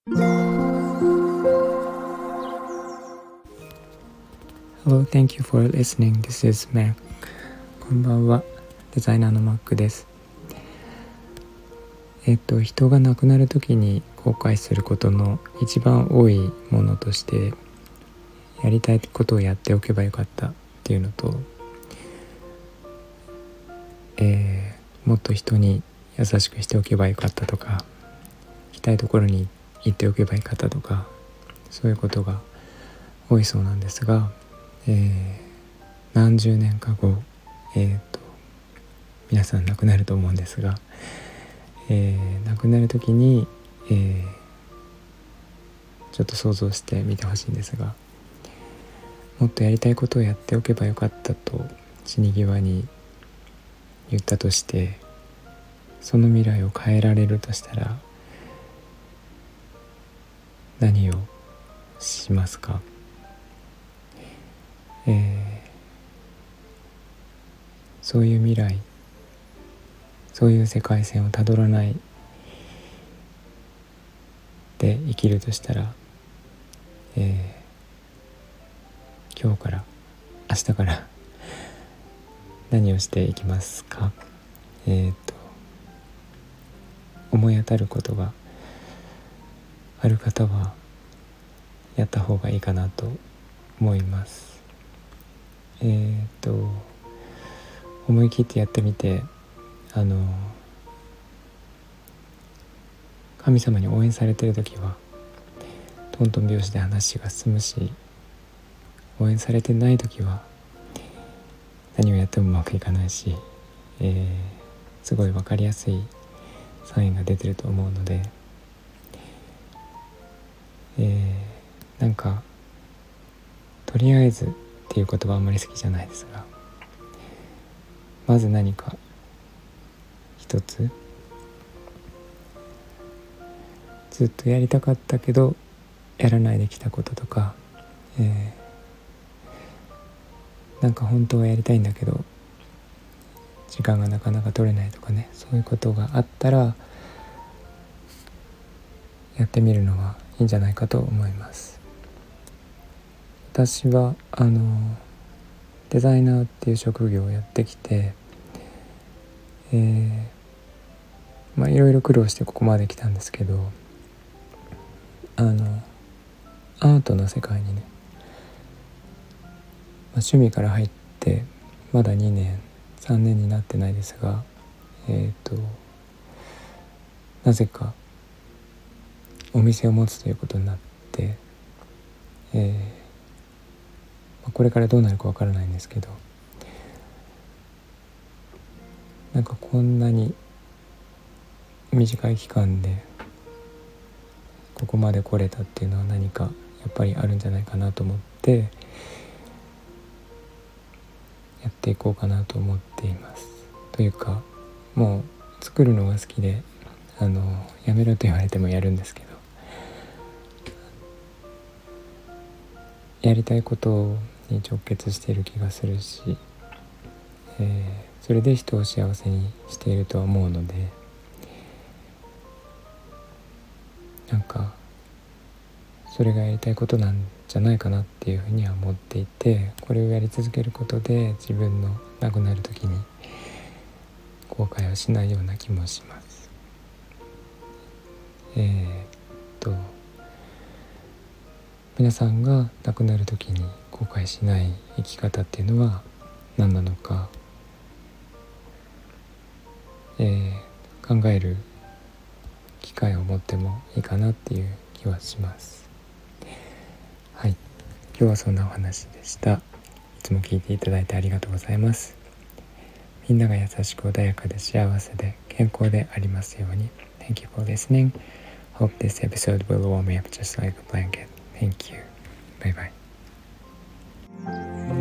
Hello, thank you for listening. This is Mac. こんばんは、デザイナーの Mac です。人が亡くなるときに後悔することの一番多いものとして、やりたいことをやっておけばよかったっていうのと、もっと人に優しくしておけばよかったとか、行きたいところに行っておけばよかったとか、そういうことが多いそうなんですが、何十年か後、皆さん亡くなると思うんですが、亡くなる時に、ちょっと想像してみてほしいんですが、もっとやりたいことをやっておけばよかったと死に際に言ったとして、その未来を変えられるとしたら何をしますか？そういう未来、そういう世界線をたどらないで生きるとしたら、今日から明日から何をしていきますか？思い当たることがある方はやった方がいいかなと思います。思い切ってやってみて、神様に応援されている時はトントン拍子で話が進むし、応援されてない時は何をやってもうまくいかないし、すごい分かりやすいサインが出てると思うので、なんかとりあえずっていう言葉あんまり好きじゃないですが、まず何か一つずっとやりたかったけどやらないできたこととか、なんか本当はやりたいんだけど時間がなかなか取れないとかね、そういうことがあったらやってみるのはいいんじゃないかと思います。私はデザイナーっていう職業をやってきて、いろいろ苦労してここまで来たんですけど、アートの世界にね、趣味から入ってまだ2年3年になってないですが、なぜかお店を持つということになって、これからどうなるかわからないんですけど、なんかこんなに短い期間でここまで来れたっていうのは何かやっぱりあるんじゃないかなと思ってやっていこうかなと思っています。というか、もう作るのが好きでやめろと言われてもやるんですけど、やりたいことに直結している気がするし、それで人を幸せにしているとは思うので、なんかそれがやりたいことなんじゃないかなっていうふうには思っていて、これをやり続けることで自分の亡くなる時に後悔をしないような気もします。皆さんが亡くなる時に後悔しない生き方っていうのは何なのか、考える機会を持ってもいいかなっていう気はします。はい、今日はそんなお話でした。いつも聞いていただいてありがとうございます。みんなが優しく穏やかで幸せで健康でありますように。 Thank you for listening. Hope this episode will warm me up just like a blanket. Thank you. Bye bye.